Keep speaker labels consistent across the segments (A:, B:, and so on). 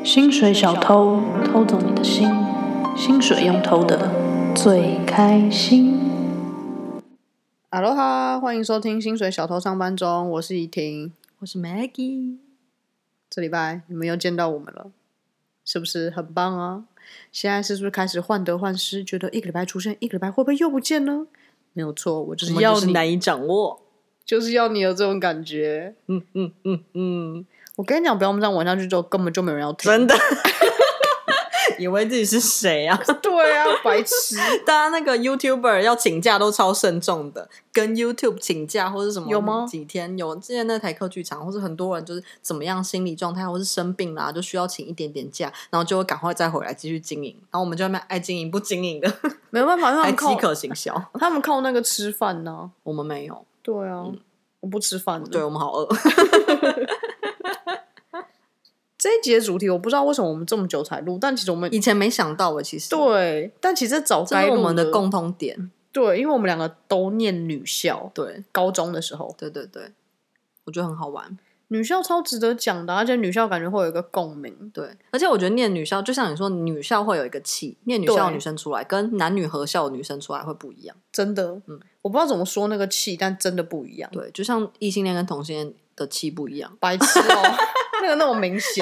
A: 薪水小偷偷走你的心，薪水用偷的最开心。
B: 哈喽哈，欢迎收听薪水小偷上班中，我是怡婷，
A: 我是 Maggie。
B: 这礼拜你们又见到我们了，是不是很棒啊？现在是不是开始患得患失，觉得一个礼拜出现，一个礼拜会不会又不见呢？没有错，我就是要你，
A: 难以掌握，
B: 就是要你有这种感觉。我跟你讲，不要我们这样玩下去之后，根本就没有人要听。
A: 真的。以为自己是谁啊？
B: 对啊，白痴！
A: 大家那个 YouTuber 要请假都超慎重的，跟 YouTube 请假或是什么
B: 有吗？
A: 几天有之前那台客剧场，或是很多人就是怎么样心理状态，或是生病啦，就需要请一点点假，然后就会赶快再回来继续经营。然后我们就在那边爱经营不经营的，
B: 没有办法，因为他
A: 还
B: 们靠
A: 饥渴行销，
B: 他们靠那个吃饭呢。
A: 我们没有。
B: 对啊，我不吃饭的。
A: 对，我们好饿。
B: 这一集的主题我不知道为什么我们这么久才录，但其实我们
A: 以前没想到的，其实
B: 对，但其实早该录了。
A: 这是我们的共通点。
B: 对，因为我们两个都念女校，
A: 对，
B: 高中的时候，
A: 对对对，我觉得很好玩。
B: 女校超值得讲的，而且女校感觉会有一个共鸣。
A: 对，而且我觉得念女校，就像你说，女校会有一个气，念女校的女生出来，跟男女合校的女生出来会不一样。
B: 真的，我不知道怎么说那个气，但真的不一样。
A: 对，就像异性恋跟同性恋的气不一样。
B: 白痴哦，那么明显。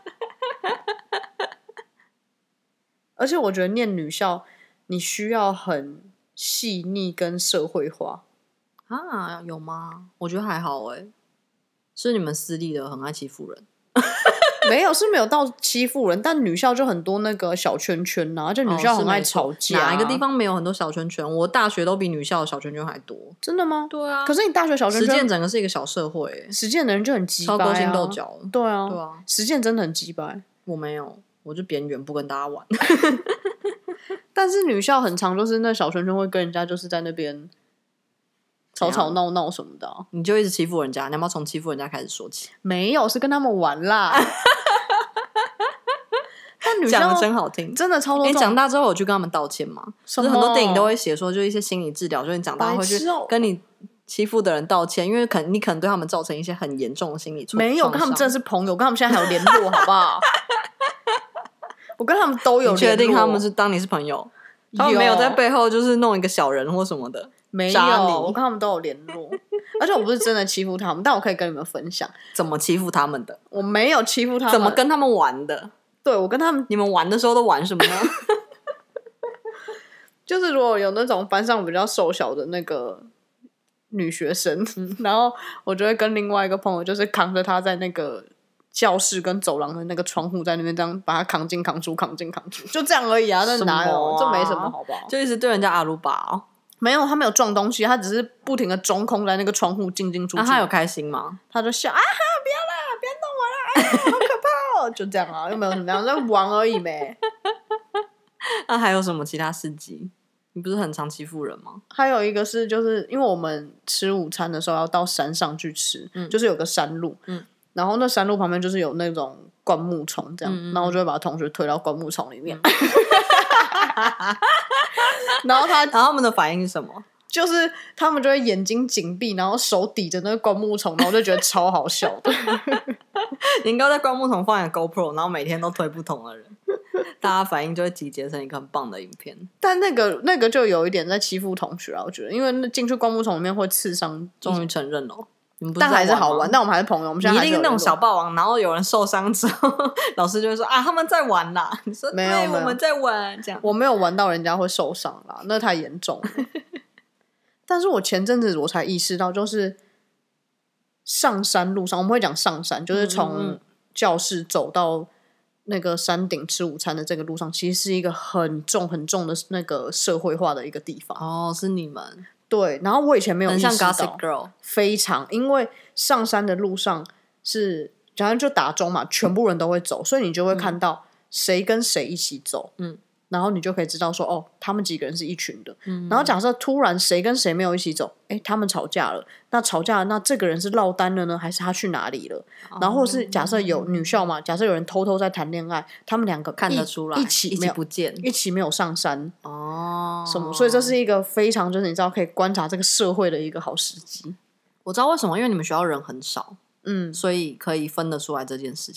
B: 而且我觉得念女校，你需要很细腻跟社会化
A: 啊？有吗？我觉得还好哎，是你们私立的很爱欺负人。
B: 没有，是没有到欺负人，但女校就很多那个小圈圈啊，而且女校很爱吵架。
A: 哪一个地方没有很多小圈圈？我大学都比女校的小圈圈还多。
B: 真的吗？
A: 对啊。
B: 可是你大学小圈圈，
A: 实践整个是一个小社会，
B: 实践的人就很鸡掰啊，
A: 超勾心斗角。
B: 对啊，
A: 对啊，
B: 实践真的很鸡掰。
A: 我没有，我就边缘不跟大家玩。
B: 但是女校很常就是那小圈圈会跟人家就是在那边吵吵闹闹什么的啊，
A: 你就一直欺负人家，你要不要从欺负人家开始说起？
B: 没有，是跟他们玩啦。但女校
A: 讲的真好听，
B: 真的超多。
A: 长大之后有去跟他们道歉吗？就是很多电影都会写说，就一些心理治疗，就是你长大会去跟你欺负的人道歉，因为你可能对他们造成一些很严重的心理创伤。
B: 没有，跟他们真的是朋友，跟他们现在还有联络，好不好？我跟他们都有联络。
A: 你确定他们是当你是朋友？他们没有在背后就是弄一个小人或什么的？
B: 没有，我跟他们都有联络。而且我不是真的欺负他们，但我可以跟你们分享
A: 怎么欺负他们的。
B: 我没有欺负他们，
A: 怎么跟他们玩的？
B: 对，我跟他们，
A: 你们玩的时候都玩什么呢？
B: 就是如果有那种班上比较瘦小的那个女学生，然后我就会跟另外一个朋友，就是扛着她在那个教室跟走廊的那个窗户，在那边这样把她扛进扛出，扛进扛出，就这样而已啊！这哪有？这没什么，好不好？
A: 就一直对人家阿鲁巴哦。
B: 没有，他没有撞东西，他只是不停的中空在那个窗户进进出出。
A: 他有开心吗？
B: 他就笑啊哈，不要啦，不要弄我啦，好可怕哦！就这样啊，又没有怎么样，在玩而已呗。
A: 那还有什么其他事迹？你不是很常欺负人吗？
B: 还有一个是，就是因为我们吃午餐的时候要到山上去吃，就是有个山路，然后那山路旁边就是有那种灌木丛这样，然后我就会把同学推到灌木丛里面。然后他
A: 们的反应是什么？
B: 就是他们就会眼睛紧闭，然后手抵着那个灌木丛，然后我就觉得超好笑的。
A: 你应该在灌木丛放一个 GoPro， 然后每天都推不同的人，大家反应就会集结成一个很棒的影片。
B: 但那个就有一点在欺负同学啊，我觉得，因为进去灌木丛里面会刺伤。
A: 终于承认了。
B: 但还是好玩，但我们还是朋友。我们现在还是
A: 你一定是那种小霸王，然后有人受伤之后，老师就会说啊，他们在玩啦。你说
B: 没有，
A: 我们在玩，这样
B: 我没有玩到人家会受伤啦，那太严重了。但是我前阵子我才意识到，就是上山路上，我们会讲上山，就是从教室走到那个山顶吃午餐的这个路上，其实是一个很重很重的那个社会化的一个地方。
A: 哦，是你们。
B: 对，然后我以前没有意识到，
A: 很像 Gossip Girl，
B: 非常，因为上山的路上是，假如就打钟嘛，全部人都会走，所以你就会看到谁跟谁一起走，然后你就可以知道说，哦，他们几个人是一群的。然后假设突然谁跟谁没有一起走，他们吵架了，那吵架了，那这个人是落单了呢，还是他去哪里了？然后或是假设有女校嘛，假设有人偷偷在谈恋爱，他们两个
A: 看得出来，
B: 一起
A: 不见，
B: 一起没有上山哦，什么？所以这是一个非常就是你知道可以观察这个社会的一个好时机。
A: 我知道为什么，因为你们学校人很少，所以可以分得出来这件事情。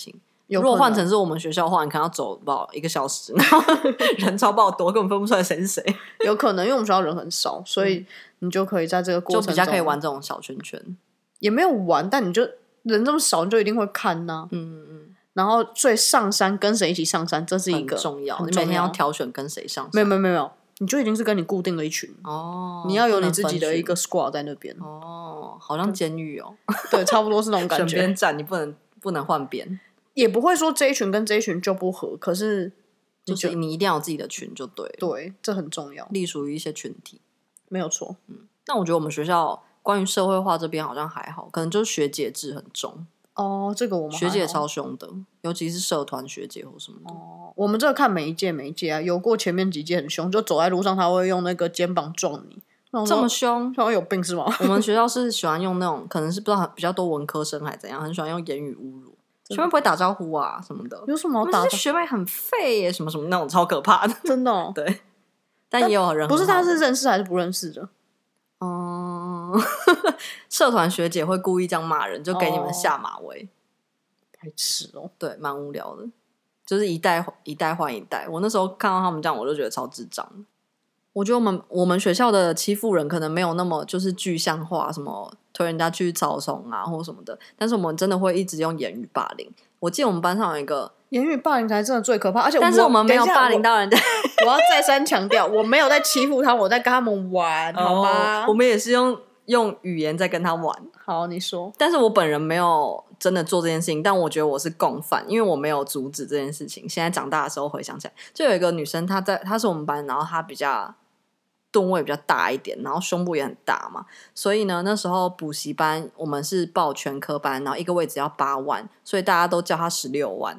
B: 有
A: 如果换成是我们学校的话，你可能要走不好1个小时，然后人超爆多，根本分不出来谁是谁。
B: 有可能，因为我们学校人很少，所以你就可以在这个过程中
A: 就比较可以玩这种小圈圈。
B: 也没有玩，但你就人这么少，你就一定会看呐、然后所以上山跟谁一起上山，这是一个
A: 很重要，
B: 很
A: 你每天要挑选跟谁上
B: 没
A: 山。
B: 有，你就已经是跟你固定的一群
A: 哦，
B: 你要有你自己的一个 squad 在那边。
A: 哦，好像监狱哦，
B: 对，差不多是那种感觉。
A: 选边站，你不能换边，
B: 也不会说这一群跟这一群就不合，可是
A: 就是你一定要有自己的群就对了。
B: 对，这很重要，
A: 隶属于一些群体，
B: 没有错。
A: 但我觉得我们学校关于社会化这边好像还好，可能就是学姐制很重。
B: 哦，这个我们还好
A: 学姐超凶的，尤其是社团学姐或什么的。
B: 哦，我们这个看每一届啊，有过前面几届很凶，就走在路上他会用那个肩膀撞你，
A: 这么凶？
B: 好像有病是吗？
A: 我们学校是喜欢用那种，可能是不知道比较多文科生还怎样，很喜欢用言语侮辱。学妹不会打招呼啊什么的，
B: 有什么好打
A: 这些学妹很废耶，什么什么那种超可怕的。
B: 真的、哦？
A: 对，但也有人
B: 不是他是
A: 很好的
B: 认识还是不认识的？
A: 社团学姐会故意这样骂人，就给你们下马威。
B: 白痴哦，
A: 对，蛮无聊的，就是一代换一代。我那时候看到他们这样，我就觉得超智障。我觉得我们学校的欺负人可能没有那么就是具象化，什么推人家去草丛啊或什么的，但是我们真的会一直用言语霸凌。我记得我们班上有一个
B: 言语霸凌才真的最可怕，而且
A: 但是我们没有霸凌到人家。
B: 我要再三强调，我没有在欺负他，我在跟他们玩，好吗？
A: 我们也是用语言在跟他玩。
B: 好，你说。
A: 但是我本人没有真的做这件事情，但我觉得我是共犯，因为我没有阻止这件事情。现在长大的时候回想起来，就有一个女生，她是我们班，然后她比较吨位比较大一点，然后胸部也很大嘛，所以呢，那时候补习班我们是报全科班，然后一个位置要8万，所以大家都叫她16万，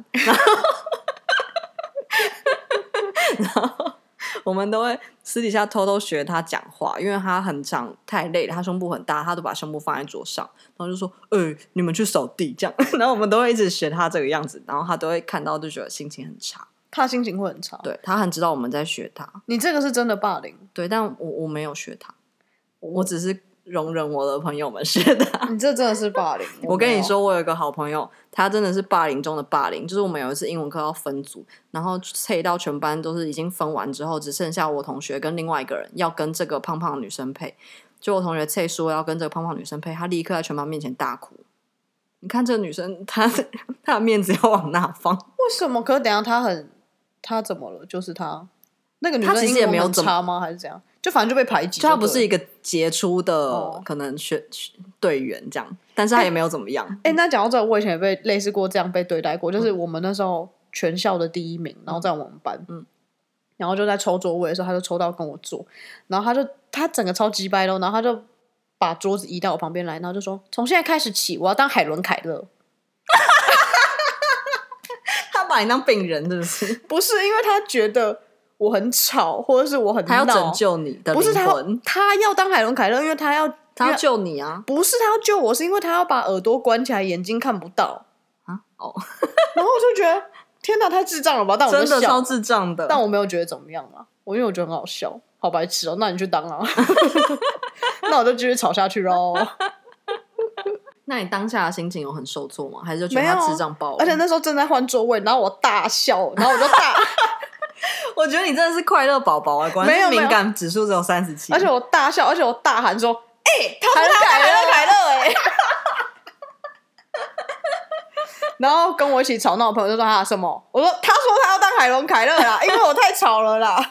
A: 然后我们都会私底下偷偷学她讲话，因为她很常太累了，她胸部很大，她都把胸部放在桌上，然后就说：“你们去扫地。”这样，然后我们都会一直学她这个样子，然后她都会看到就觉得心情很差。
B: 他心情会很差，
A: 对，他很知道我们在学他。
B: 你这个是真的霸凌，
A: 对，但我没有学他，我只是容忍我的朋友们学他。
B: 你这真的是霸凌。
A: 我跟你说，我有一个好朋友，他真的是霸凌中的霸凌。就是我们有一次英文课要分组，然后配到全班都是已经分完之后，只剩下我同学跟另外一个人要跟这个胖胖的女生配。就我同学配说要跟这个胖胖女生配，他立刻在全班面前大哭。你看这个女生，她的面子要往哪放？
B: 为什么？可是等一下他怎么了？就是他那个女生
A: 她其实也没有怎么
B: 差吗？还是怎样？就反正就被排挤。
A: 就她不是一个杰出的可能队员这样，但是她也没有怎么样。
B: 那讲到这个，我以前也被类似过这样被对待过，就是我们那时候全校的第1名，然后在我们班，然后就在抽座位的时候，他就抽到跟我坐，然后他整个超级掰咯，然后他就把桌子移到我旁边来，然后就说：“从现在开始起，我要当海伦凯勒。”
A: 他把你当病人是不是？
B: 不是，因为他觉得我很吵，或者是我很闹，
A: 他要拯救你的灵魂。
B: 不是他要当海伦凯勒，因为他要
A: 救你啊！
B: 不是他要救我，是因为他要把耳朵关起来，眼睛看不到
A: 啊。哦，
B: 然后我就觉得天哪，太智障了吧！但我就笑
A: 真的超智障的，
B: 但我没有觉得怎么样啊。因为我觉得很好笑，好白痴哦。那你去当啊，那我就继续吵下去咯。
A: 那你当下的心情有很受挫吗？还是就觉得他智障爆了？
B: 而且那时候正在换座位，然后我大笑，然后我就大，
A: 我觉得你真的是快乐宝宝啊！果然是敏感指数只有37，
B: 而且我大笑，而且我大喊说：“他说他要当凯勒然后跟我一起吵闹的朋友就说他什么？我说他说他要当海伦凯勒啦，因为我太吵了啦。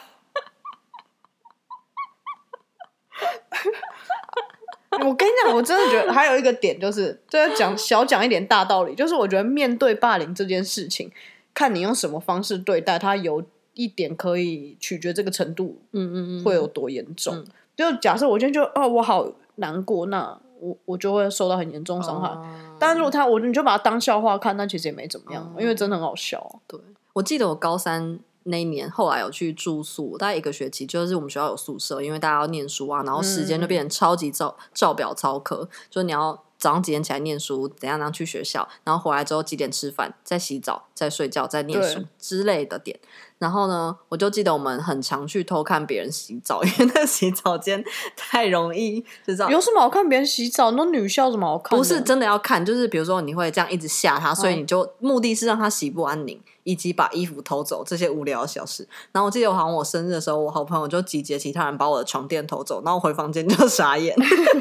B: 我跟你讲，我真的觉得还有一个点就是讲一点大道理，就是我觉得面对霸凌这件事情，看你用什么方式对待，它有一点可以取决这个程度，会有多严重。就假设我今天就我好难过，那我就会受到很严重伤害。但是如果你就把它当笑话看，那其实也没怎么样，因为真的很好笑。
A: 对，我记得我高3那一年后来有去住宿，大概1个学期，就是我们学校有宿舍，因为大家要念书啊，然后时间就变成超级照表操课，就你要早上几点起来念书，怎样去学校，然后回来之后几点吃饭，再洗澡，再睡觉，再念书之类的点。然后呢，我就记得我们很常去偷看别人洗澡，因为那个洗澡间太容易就这样。
B: 有什么好看别人洗澡？那女校怎么好看的？
A: 不是真的要看，就是比如说你会这样一直吓他，所以你就目的是让他洗不安宁，以及把衣服偷走这些无聊的小事。然后我记得好像我生日的时候，我好朋友就集结其他人把我的床垫偷走，然后我回房间就傻眼。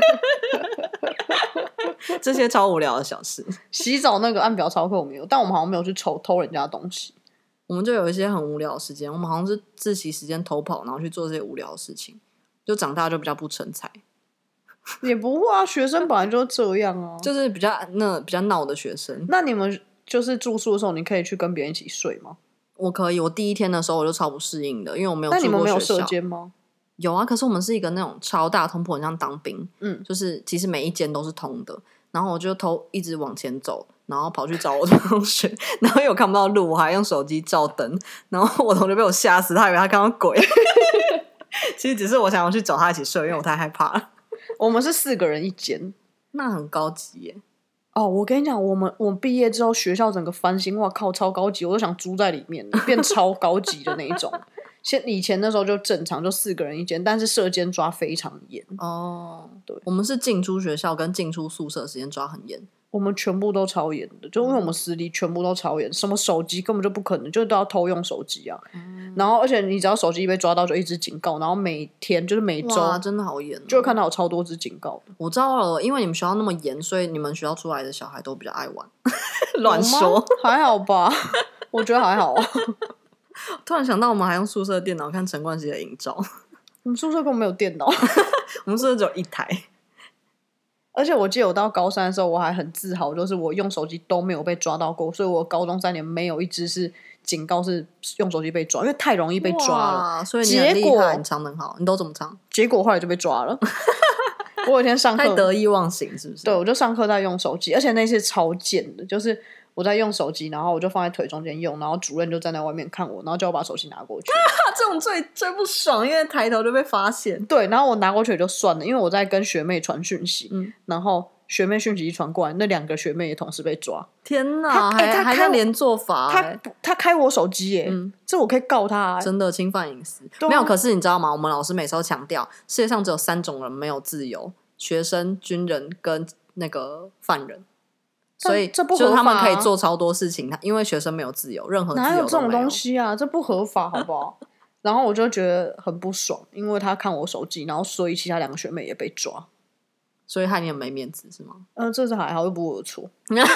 A: 这些超无聊的小事。
B: 洗澡那个按表操课我没有，但我们好像没有去偷人家的东西。
A: 我们就有一些很无聊的时间，我们好像是自习时间偷跑，然后去做这些无聊的事情。就长大就比较不成才。
B: 也不会啊，学生本来就这样啊，
A: 就是比较闹的学生。
B: 那你们就是住宿的时候，你可以去跟别人一起睡吗？
A: 我可以，我第一天的时候我就超不适应的，因为我没有住过学校。
B: 那你们没有舍监吗？
A: 有啊，可是我们是一个那种超大通铺，很像当兵。就是其实每一间都是通的，然后我就一直往前走，然后跑去找我的同学，然后因为我看不到路，我还用手机照灯，然后我同学被我吓死，他以为他看到鬼。其实只是我想要去找他一起睡，因为我太害怕了。
B: 我们是4个人一间，
A: 那很高级耶。
B: 哦，我跟你讲，我们毕业之后学校整个翻新，哇靠，超高级，我都想住在里面，变超高级的那一种。以前那时候就正常，就4个人一间，但是舍监抓非常严。
A: 哦，对，我们是进出学校跟进出宿舍时间抓很严。
B: 我们全部都超严的，就因为我们私立全部都超严，什么手机根本就不可能，就都要偷用手机啊。然后而且你只要手机被抓到就一直警告，然后每天就是每周
A: 真的好严
B: 就会看到有超多支警告的。
A: 我知道了，因为你们学校那么严，所以你们学校出来的小孩都比较爱玩。乱说，
B: 还好吧？我觉得还好啊。
A: 突然想到，我们还用宿舍电脑看陈冠希的影照。
B: 我们宿舍根本没有电脑，
A: 我们宿舍只有1台。
B: 而且我记得我到高3的时候，我还很自豪，就是我用手机都没有被抓到过，所以我高中3年没有一支是警告是用手机被抓，因为太容易被抓了。
A: 所以你很厉害，你藏得很好，你都怎么藏？
B: 结果后来就被抓了。我有一天上课
A: 太得意忘形，是不是？
B: 对，我就上课在用手机，而且那次超贱的，就是我在用手机，然后我就放在腿中间用，然后主任就站在外面看我，然后叫我把手机拿过去。
A: 这种最不爽，因为抬头就被发现。
B: 对，然后我拿过去也就算了，因为我在跟学妹传讯息，然后学妹讯息一传过来，那2个学妹也同时被抓。
A: 天哪，还在连坐法。
B: 他开我手机耶，这我可以告他。
A: 真的侵犯隐私。没有，可是你知道吗？我们老师每次都强调，世界上只有3种人没有自由：学生、军人跟那个犯人。所以
B: 这不合法
A: 就是他们可以做超多事情，因为学生没有自由，任何自由都没有。
B: 哪有这种东西啊？这不合法，好不好？然后我就觉得很不爽，因为他看我手机，然后所以其他2个学妹也被抓，
A: 所以害你很没面子是吗？
B: 这是还好，又不是我的错。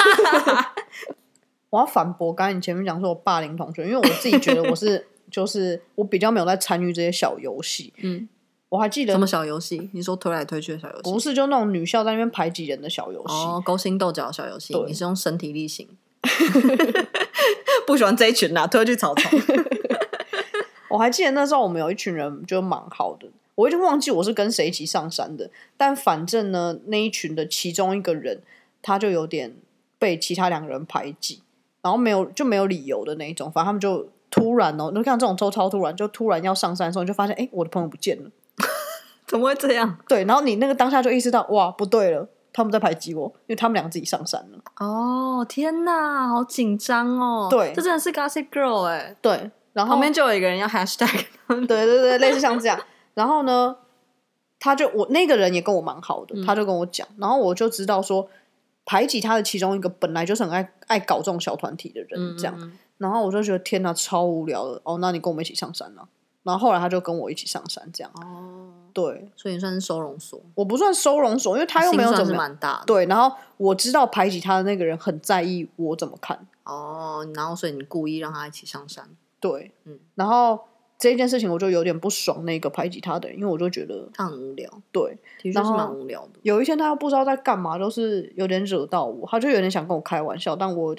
B: 我要反驳刚才你前面讲说我霸凌同学，因为我自己觉得我是就是我比较没有在参与这些小游戏。我还记得
A: 什么小游戏？你说推来推去的小游戏？
B: 不是，就那种女校在那边排挤人的小游戏。
A: 勾心斗角的小游戏。你是用身体力行。不喜欢这一群啊，推去草丛。
B: 我还记得那时候我们有一群人就蛮好的，我已经忘记我是跟谁一起上山的，但反正呢那一群的其中一个人他就有点被其他2个人排挤，然后没有理由的那一种，反正他们就突然你看这种超突然，就突然要上山的时候，你就发现我的朋友不见了。
A: 怎么会这样？
B: 对，然后你那个当下就意识到哇不对了，他们在排挤我，因为他们2个自己上山了。
A: 哦天哪，好紧张哦。
B: 对，
A: 这真的是 Gossip Girl
B: 对，然后
A: 旁边就有一个人要 hashtag。
B: 对，类似像这样。然后呢我那个人也跟我蛮好的，他就跟我讲，然后我就知道说排挤他的其中一个本来就是很爱搞这种小团体的人这样。然后我就觉得天哪超无聊的。那你跟我们一起上山啊。然后后来他就跟我一起上山这样。对，
A: 所以你算是收容所。
B: 我不算收容所，因为他又没有怎么样，
A: 是蛮大的。
B: 对，然后我知道排挤他的那个人很在意我怎么看。
A: 然后所以你故意让他一起上山。
B: 对，然后这件事情我就有点不爽那个排挤他的人，因为我就觉得
A: 他很无聊。
B: 对，
A: 的确是蛮无聊的。
B: 有一天他又不知道在干嘛，就是有点惹到我，他就有点想跟我开玩笑，但我有点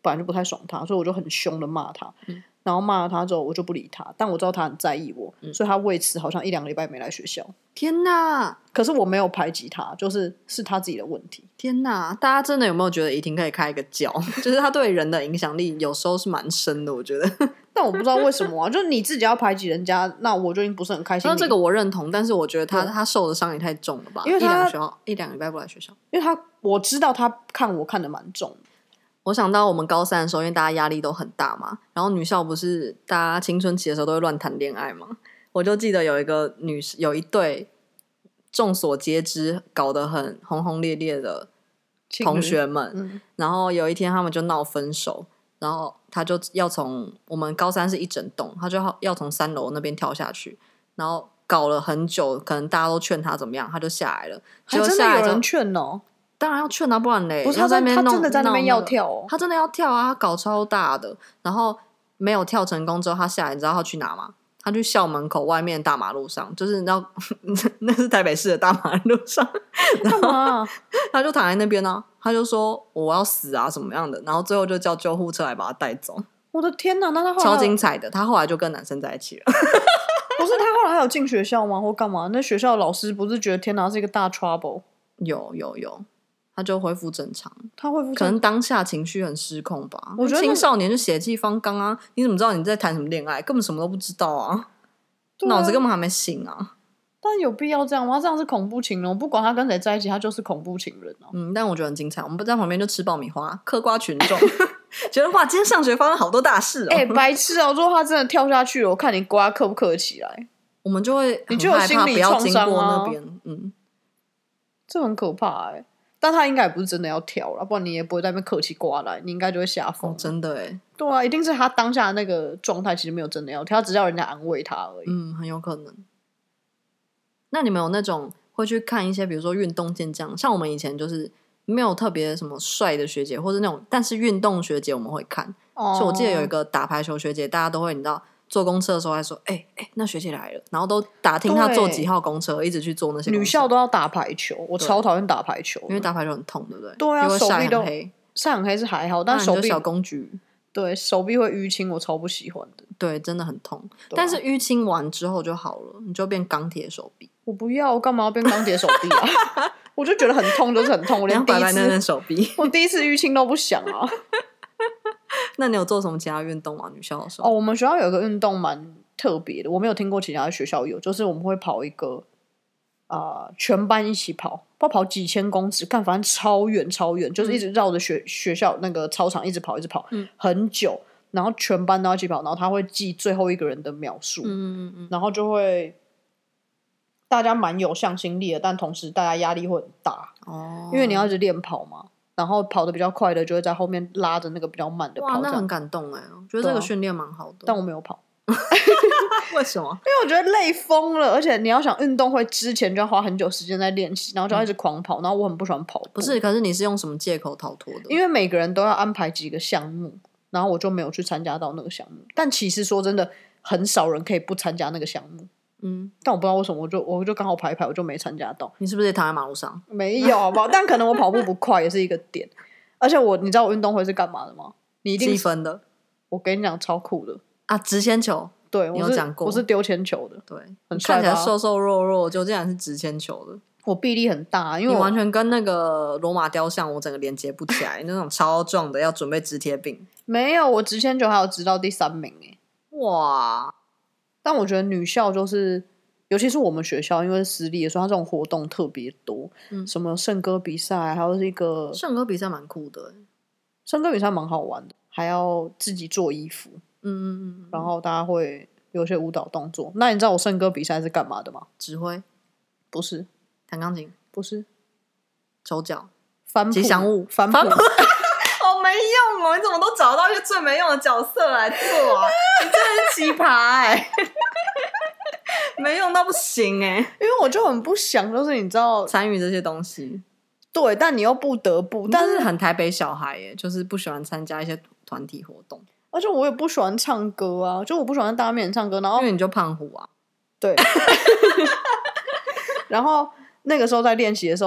B: 本来就不太爽他，所以我就很凶的骂他。然后骂了他之后，我就不理他，但我知道他很在意我，所以他为此好像1-2个礼拜没来学校。
A: 天哪！
B: 可是我没有排挤他，是他自己的问题。
A: 天哪！大家真的有没有觉得怡婷可以开一个教？就是他对人的影响力有时候是蛮深的，我觉得。
B: 但我不知道为什么啊，就是你自己要排挤人家，那我就已经不是很开心。
A: 那这个我认同，但是我觉得他受的伤也太重了吧？
B: 因为他
A: 1-2个礼拜不来学校，
B: 因为我知道他看我看的蛮重的。
A: 我想到我们高3的时候，因为大家压力都很大嘛，然后女校不是大家青春期的时候都会乱谈恋爱嘛，我就记得有一对众所皆知搞得很轰轰烈烈的同学们，然后有一天他们就闹分手，然后他就要从我们高3是一整栋，他就要从3楼那边跳下去，然后搞了很久，可能大家都劝他怎么样，他就下来了，
B: 还真的有人劝哦。
A: 当然要劝啊，不然嘞，
B: 不是他真的在那边要跳哦，
A: 他真的要跳啊，他搞超大的，然后没有跳成功之后，他下来，你知道他去哪吗？他去校门口外面大马路上，就是你知道那是台北市的大马路上，
B: 干嘛？
A: 他就躺在那边呢，他就说我要死啊什么样的，然后最后就叫救护车来把他带走。
B: 我的天哪，那他后来
A: 超精彩的，他后来就跟男生在一起了。
B: 不是，他后来还有进学校吗？或干嘛？那学校老师不是觉得天哪是一个大 trouble？
A: 有。他就恢复正常，
B: 他恢复正常，
A: 可能当下情绪很失控吧。
B: 我觉得
A: 青少年就血气方刚啊，你怎么知道你在谈什么恋爱？根本什么都不知道啊，脑子根本还没醒啊。
B: 但有必要这样吗？这样是恐怖情人，我不管他跟谁在一起，他就是恐怖情人啊。
A: 但我觉得很精彩。我们在旁边就吃爆米花，嗑瓜群众，觉得哇，今天上学发生好多大事哦。
B: 白痴哦！如果他真的跳下去了，我看你瓜嗑不嗑起来，
A: 我们就会
B: 你就有心理创伤
A: 啊。
B: 这很可怕但他应该也不是真的要跳了，不然你也不会在那边嗑起瓜来，你应该就会吓疯。
A: 真的耶。
B: 对啊，一定是他当下的那个状态其实没有真的要跳，他只要人家安慰他而已。
A: 很有可能。那你们有那种会去看一些比如说运动健将，像我们以前就是没有特别什么帅的学姐或者那种，但是运动学姐我们会看。所以我记得有一个打排球学姐，大家都会你知道坐公车的时候还说那学姐来了，然后都打听她坐几号公车，一直去坐那些公车。
B: 女校都要打排球，我超讨厌打排球，
A: 因为打排球很痛，对不对？
B: 对啊，手臂都晒很黑是还好，但手臂
A: 小公举，
B: 对，手臂会淤青，我超不喜欢的。
A: 对，真的很痛。但是淤青完之后就好了，你就变钢铁手臂。
B: 我不要，我干嘛要变钢铁手臂啊？我就觉得很痛，就是很痛。我连第一次
A: 手臂，
B: 我第一次淤青都不想啊。
A: 那你有做什么其他运动吗？女校的时候？
B: 我们学校有一个运动蛮特别的，我没有听过其他的学校有，就是我们会跑一个全班一起跑，不知道跑几千公尺，反正超远，就是一直绕着学校那个操场一直跑，很久，然后全班都要一起跑，然后他会记最后一个人的秒数，然后就会大家蛮有向心力的，但同时大家压力会很大因为你要一直练跑嘛。然后跑得比较快的就会在后面拉着那个比较慢的跑。
A: 哇，那很感动我觉得这个训练蛮好的。
B: 但我没有跑。
A: 为什么？
B: 因为我觉得累疯了，而且你要想运动会之前就要花很久时间在练习，然后就要一直狂跑，然后我很不喜欢跑步。
A: 不是，可是你是用什么借口逃脱的？
B: 因为每个人都要安排几个项目，然后我就没有去参加到那个项目。但其实说真的，很少人可以不参加那个项目。但我不知道为什么，我就刚好排一排，我就没参加到。
A: 你是不是也躺在马路上？
B: 没有，好不好？但可能我跑步不快也是一个点。而且你知道我运动会是干嘛的吗？你一定
A: 积分的。
B: 我跟你讲，超酷的
A: 啊！直铅球，
B: 对，
A: 你有讲过，
B: 我是丢铅球的，
A: 对，
B: 很帅吧，
A: 看起来瘦瘦弱弱，就竟然是直铅球的。
B: 我臂力很大，因为
A: 你完全跟那个罗马雕像我整个连接不起来，那种超壮的要准备直贴饼。
B: 没有，我直铅球还有直到第3名
A: 哇！
B: 但我觉得女校就是。尤其是我们学校，因为是私立的，所以它这种活动特别多。什么圣歌比赛，还有一个
A: 圣歌比赛蛮酷的，
B: 圣歌比赛蛮好玩的，还要自己做衣服。然后大家会有些舞蹈动作。那你知道我圣歌比赛是干嘛的吗？
A: 指挥？
B: 不是。
A: 弹钢琴？
B: 不是。
A: 手脚？
B: 翻谱？
A: 吉祥物？
B: 翻谱？
A: 好没用哦！你怎么都找到一些最没用的角色来做啊？你真的是奇葩没用到不行因
B: 为我就很不想，就是你知道
A: 参与这些东西，
B: 对，但你又不得不，但
A: 是很台北小孩就是不喜欢参加一些团体活动，
B: 而且我也不喜欢唱歌啊，就我不喜欢在大家面前唱歌，然后
A: 因为你就胖虎啊，
B: 对，然后那个时候在练习的时候，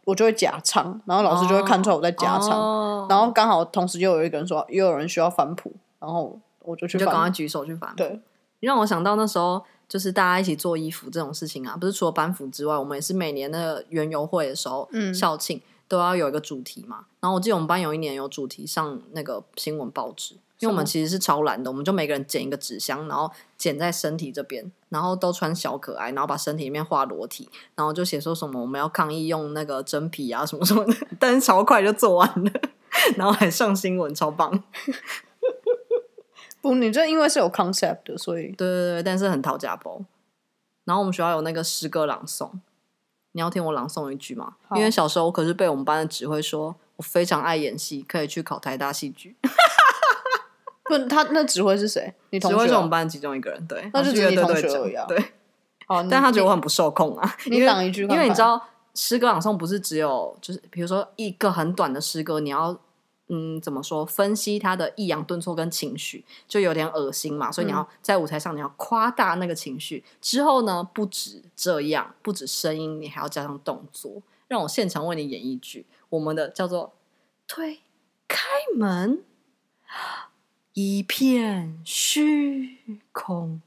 B: 我就会假唱，然后老师就会看出来我在假唱，然后刚好同时又有一个人说又有人需要翻谱，然后我就去翻，
A: 你就赶快举手去翻谱。
B: 对，
A: 你让我想到那时候就是大家一起做衣服这种事情啊，不是除了班服之外，我们也是每年那个园游会的时候，校庆都要有一个主题嘛。然后我记得我们班有一年有主题上那个新闻报纸，因为我们其实是超懒的，我们就每个人剪一个纸箱，然后剪在身体这边，然后都穿小可爱，然后把身体里面画裸体，然后就写说什么我们要抗议用那个真皮啊什么什么的，但是超快就做完了，然后还上新闻，超棒。
B: 不，你这因为是有 concept 的，所以
A: 对，但是很讨价包。然后我们学校有那个诗歌朗诵，你要听我朗诵一句吗？因为小时候我可是被我们班的指挥说我非常爱演戏，可以去考台大戏剧。
B: 不，他那指挥是谁？你同学？
A: 指挥是我们班其中一个人，对，
B: 那就只是你同学而已啊。
A: 对，但他觉得我很不受控啊。
B: 你朗一句看看，
A: 因为你知道诗歌朗诵不是只有就是比如说一个很短的诗歌，你要怎么说分析它的抑扬顿挫跟情绪，就有点恶心嘛，所以你要在舞台上你要夸大那个情绪，之后呢不止这样，不止声音，你还要加上动作。让我现场为你演一句我们的叫做推开门，一片虚空。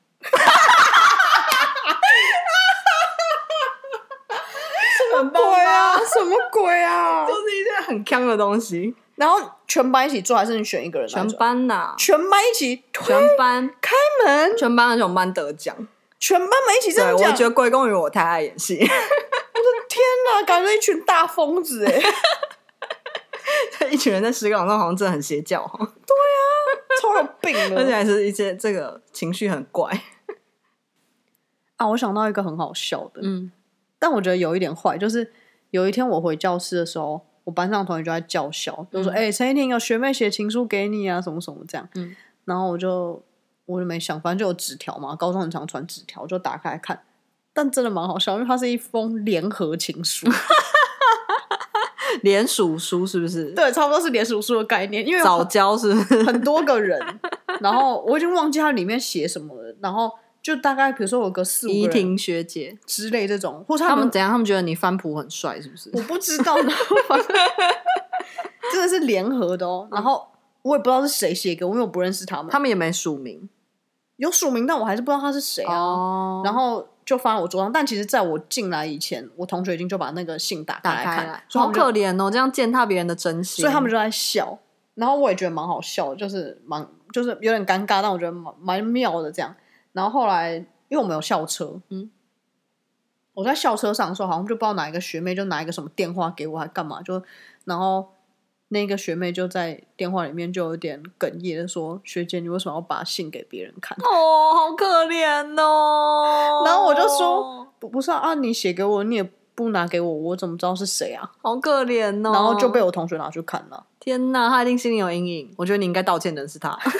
B: 什么鬼啊？什么鬼啊？
A: 就是一件很鏘的东西。
B: 然后全班一起做，还是你选一个人？
A: 全班呐、
B: 全班一起，
A: 全班
B: 开门，
A: 全班而且我们班得奖，
B: 全班们一起这样
A: 对，
B: 讲。
A: 我觉得归功于我太爱演戏。
B: 我的天哪，感觉一群大疯子哎！
A: 一群人在诗歌朗诵好像真的很邪教哈。
B: 超有病的，
A: 而且还是一些这个情绪很怪
B: 啊！我想到一个很好笑的，但我觉得有一点坏，就是有一天我回教室的时候，我班上的同学就在叫嚣，就说：“陈一婷有学妹写情书给你啊，什么什么这样。”然后我就没想，反正就有纸条嘛，高中很常传纸条，我就打开来看，但真的蛮好笑，因为它是一封联合情书。
A: 联署书是不是？
B: 对，差不多是联署书的概念，因为
A: 早教是不是
B: 很多个人，然后我已经忘记它里面写什么了，然后就大概比如说有个4-5个人，
A: 怡婷学姐
B: 之类这种，或者
A: 他们怎样？他们觉得你翻谱很帅是不是？
B: 我不知道，然后真的是联合的哦。然后我也不知道是谁写给我，因为我不认识他们，
A: 他们也没署名，
B: 有署名，但我还是不知道他是谁啊。然后就放在我桌上，但其实在我进来以前，我同学已经就把那个信打开来看，
A: 好可怜哦，这样践踏别人的真心，
B: 所以他们就在笑。然后我也觉得蛮好笑的，就是有点尴尬，但我觉得蛮妙的这样。然后后来因为我们有校车，我在校车上的时候，好像就不知道哪一个学妹就拿一个什么电话给我，还干嘛然后那个学妹就在电话里面就有点哽咽的说：“学姐，你为什么要把信给别人看？”
A: 哦，好可怜哦。
B: 然后我就说：“不是啊，你写给我，你也不拿给我，我怎么知道是谁啊？”
A: 好可怜哦。
B: 然后就被我同学拿去看了。
A: 天哪，他一定心里有阴影。我觉得你应该道歉的是他。
B: 不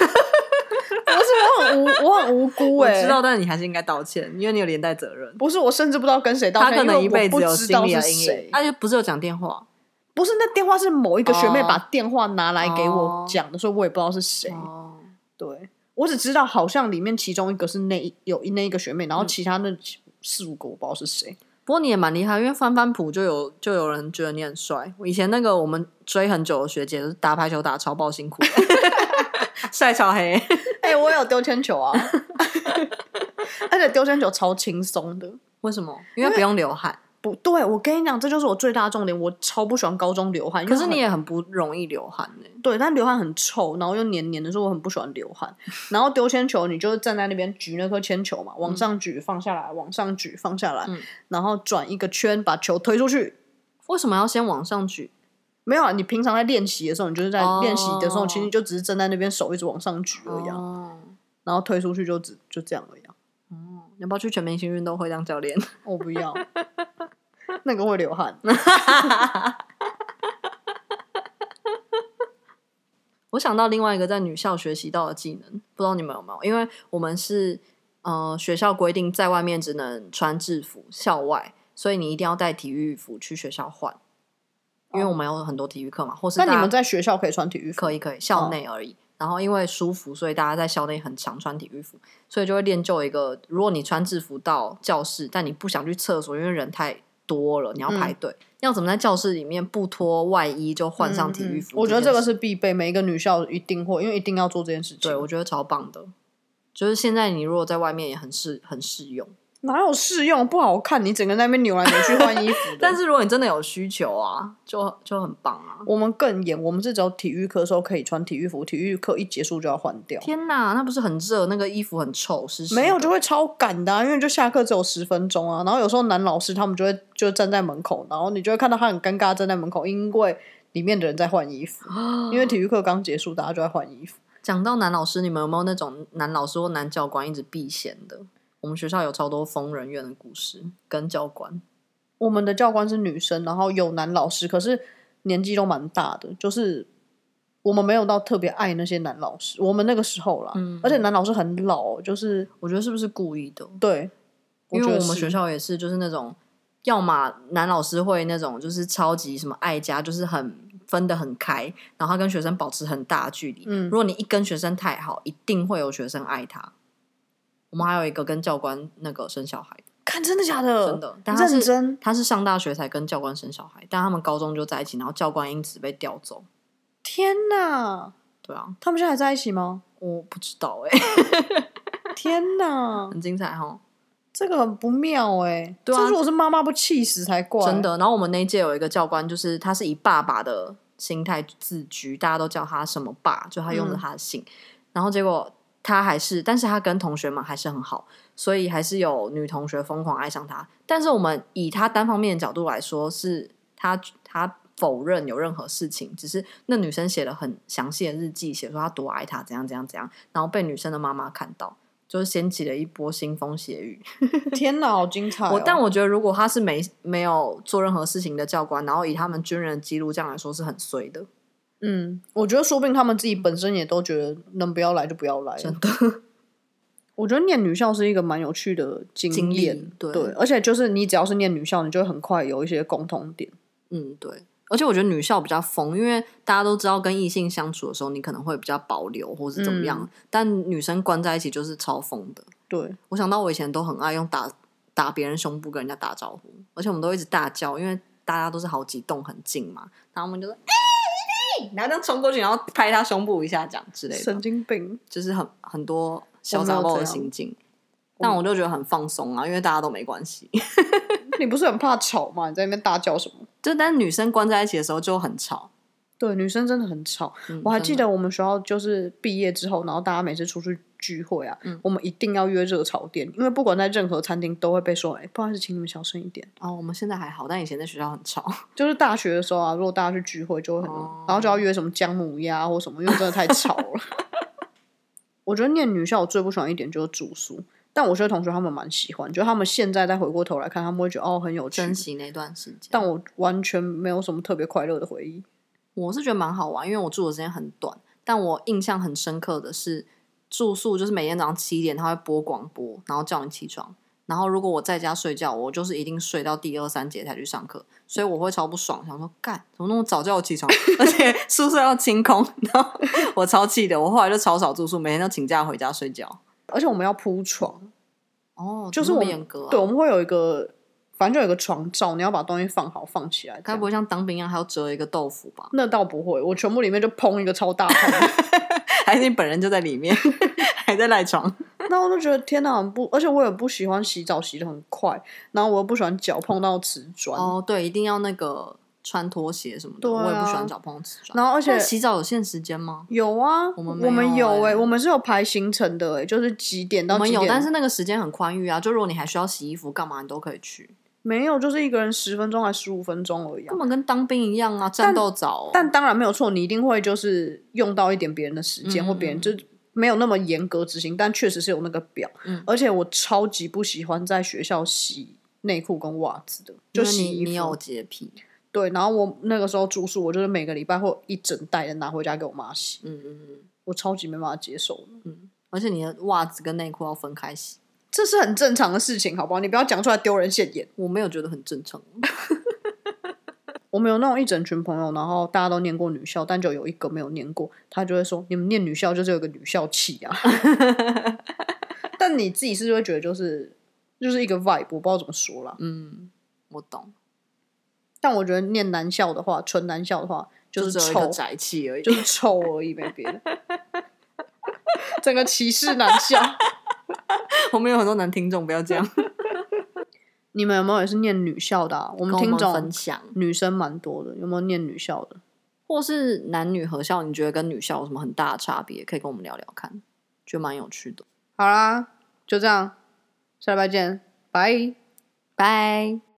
B: 是，我很无辜
A: 我知道，但是你还是应该道歉，因为你有连带责任。
B: 不是，我甚至不知道跟谁道歉，
A: 他可能一辈子有心理的阴
B: 影。
A: 他就不是有讲电话。
B: 不是，那电话是某一个学妹把电话拿来给我讲的，所以我也不知道是谁。对，我只知道好像里面其中一个是那一个学妹，然后其他那4-5个我不知道是谁。
A: 不过你也蛮厉害，因为翻谱就有人觉得你很帅。以前那个我们追很久的学姐，就是打排球打超爆辛苦，晒超黑。
B: 我有丢铅球啊，而且丢铅球超轻松的。
A: 为什么？因为不用流汗。
B: 不对，我跟你讲，这就是我最大的重点。我超不喜欢高中流汗，
A: 可是你也很不容易流汗呢。
B: 对，但流汗很臭，然后又黏黏的，所以我很不喜欢流汗。然后丢铅球，你就站在那边举那颗铅球嘛，往上举放下来，往上举放下来，然后转一个圈，把球推出去。
A: 为什么要先往上举？
B: 没有啊，你平常在练习的时候，你就是在练习的时候，其实你就只是站在那边手一直往上举而已。然后推出去就这样而已。
A: 你要不要去全明星运动会当教练？
B: 我不要，那个会流汗。
A: 我想到另外一个在女校学习到的技能，不知道你们有没有？因为我们是学校规定在外面只能穿制服，校外，所以你一定要带体育服去学校换。因为我们有很多体育课嘛，或是
B: 那你们在学校可以穿体育服？
A: 可以，校内而已。然后因为舒服，所以大家在校内很常穿体育服，所以就会练就一个，如果你穿制服到教室，但你不想去厕所，因为人太多了，你要排队，要怎么在教室里面不脱外衣就换上体育服？
B: 我觉得这个是必备，每一个女校一定会，因为一定要做这件事情。
A: 对，我觉得超棒的。就是现在你如果在外面也很适用。
B: 哪有适用？不好看，你整个在那边扭来扭去换衣服的。
A: 但是如果你真的有需求啊，就很棒啊。
B: 我们更严，我们是只有体育课的时候可以穿体育服，体育课一结束就要换掉。
A: 天哪，那不是很热？那个衣服很臭，湿湿的。
B: 没有就会超赶的因为就下课只有10分钟啊。然后有时候男老师他们就站在门口，然后你就会看到他很尴尬站在门口，因为里面的人在换衣服。因为体育课刚结束，大家就在换衣服。
A: 讲到男老师，你们有没有那种男老师或男教官一直避嫌的？我们学校有超多疯人院的故事跟教官。
B: 我们的教官是女生，然后有男老师，可是年纪都蛮大的，就是我们没有到特别爱那些男老师。我们那个时候啦，而且男老师很老，就是
A: 我觉得是不是故意的？
B: 对，
A: 因为我们学校也是，就是那种要么男老师会那种就是超级什么爱家，就是很分得很开，然后他跟学生保持很大的距离。如果你一跟学生太好，一定会有学生爱他。我们还有一个跟教官那个生小孩的，
B: 看真的假的？
A: 真的，但他是上大学才跟教官生小孩，但他们高中就在一起，然后教官因此被调走。
B: 天哪！
A: 对啊，
B: 他们现在还在一起吗？
A: 我不知道
B: 天哪，
A: 很精彩齁。
B: 这个很不妙
A: 对啊，
B: 这如果是妈妈不气死才怪。
A: 真的。然后我们那一届有一个教官，就是他是以爸爸的心态自居，大家都叫他什么爸，就他用着他的姓。然后结果但是他跟同学们还是很好，所以还是有女同学疯狂爱上他。但是我们以他单方面的角度来说，是他否认有任何事情，只是那女生写了很详细的日记，写说他多爱他，怎样怎样怎样，然后被女生的妈妈看到，就是掀起了一波腥风血雨。
B: 天哪，好精彩
A: 但我觉得如果他是没有做任何事情的教官，然后以他们军人的记录这样来说是很衰的。
B: 我觉得说不定他们自己本身也都觉得能不要来就不要来。
A: 真的。
B: 我觉得念女校是一个蛮有趣的经验。对，而且就是你只要是念女校，你就会很快有一些共同点。
A: 对。而且我觉得女校比较疯，因为大家都知道跟异性相处的时候你可能会比较保留或是怎么样，但女生关在一起就是超疯的。
B: 对，
A: 我想到我以前都很爱用打别人胸部跟人家打招呼，而且我们都一直大叫，因为大家都是好几栋很近嘛，然后我们就说然后这样冲过去，然后拍他胸部一下讲之类的。
B: 神经病，
A: 就是很多小杂包的心境。但我就觉得很放松啊，因为大家都没关系。
B: 你不是很怕吵吗？你在那边大叫什么？
A: 但是女生关在一起的时候就很吵。
B: 对，女生真的很吵。我还记得我们学校就是毕业之后，然后大家每次出去聚会啊，我们一定要约热炒店，因为不管在任何餐厅都会被说，不好意思，请你们小声一点。
A: 我们现在还好，但以前在学校很吵。
B: 就是大学的时候啊，如果大家去聚会就会很然后就要约什么姜母鸭或什么，因为真的太吵了。我觉得念女校我最不喜欢一点就是住宿，但我觉得同学他们蛮喜欢，就他们现在再回过头来看，他们会觉得很有趣，
A: 珍惜那段时间。
B: 但我完全没有什么特别快乐的回忆。
A: 我是觉得蛮好玩，因为我住的时间很短，但我印象很深刻的是住宿，就是每天早上7点他会播广播，然后叫你起床。然后如果我在家睡觉，我就是一定睡到第2、3节才去上课，所以我会超不爽，想说干怎么那么早叫我起床，而且宿舍要清空，然后我超气的。我后来就超少住宿，每天都请假回家睡觉。
B: 而且我们要铺床就是
A: 我们严格
B: 对，我们会有一个，反正就有一个床罩，你要把东西放好放起来。
A: 该不会像当兵一样还要折一个豆腐吧？
B: 那倒不会，我全部里面就砰一个超大桶。
A: 还是你本人就在里面，还在赖床？
B: 那我就觉得天哪，而且我也不喜欢洗澡洗得很快，然后我又不喜欢脚碰到瓷砖。
A: 对，一定要那个穿拖鞋什么的。
B: 对啊，
A: 我也不喜欢脚碰瓷砖。
B: 然后而且
A: 洗澡有限时间吗？
B: 有啊，
A: 我们
B: 有我们是有排行程的就是几点到几点。
A: 我们有，但是那个时间很宽裕啊，就如果你还需要洗衣服干嘛，你都可以去。
B: 没有，就是一个人10分钟还15分钟而已。
A: 根本跟当兵一样啊，战斗澡。
B: 但当然没有错，你一定会就是用到一点别人的时间，或别人就没有那么严格执行，但确实是有那个表。而且我超级不喜欢在学校洗内裤跟袜子的，就洗衣服。
A: 你有洁癖。
B: 对，然后我那个时候住宿，我就是每个礼拜会一整袋的拿回家给我妈洗。我超级没办法接受的。
A: 而且你的袜子跟内裤要分开洗。
B: 这是很正常的事情，好不好？你不要讲出来丢人现眼。
A: 我没有觉得很正常。
B: 我们有那种一整群朋友，然后大家都念过女校，但就有一个没有念过，他就会说：“你们念女校就是有个女校气啊。”但你自己是不是会觉得就是一个 vibe， 我不知道怎么说啦。
A: 我懂。
B: 但我觉得念男校的话，纯男校的话，
A: 就是只有一
B: 臭
A: 个宅气而已，
B: 就是臭而已，没别的。整个歧视男校。
A: 我们有很多男听众，不要这样。
B: 你们有没有也是念女校的啊？我们
A: 跟我们
B: 听众
A: 分享，
B: 女生蛮多的，有没有念女校的？
A: 或是男女合校，你觉得跟女校有什么很大的差别？可以跟我们聊聊看，觉得蛮有趣的。
B: 好啦，就这样，下礼拜见，拜。
A: 拜。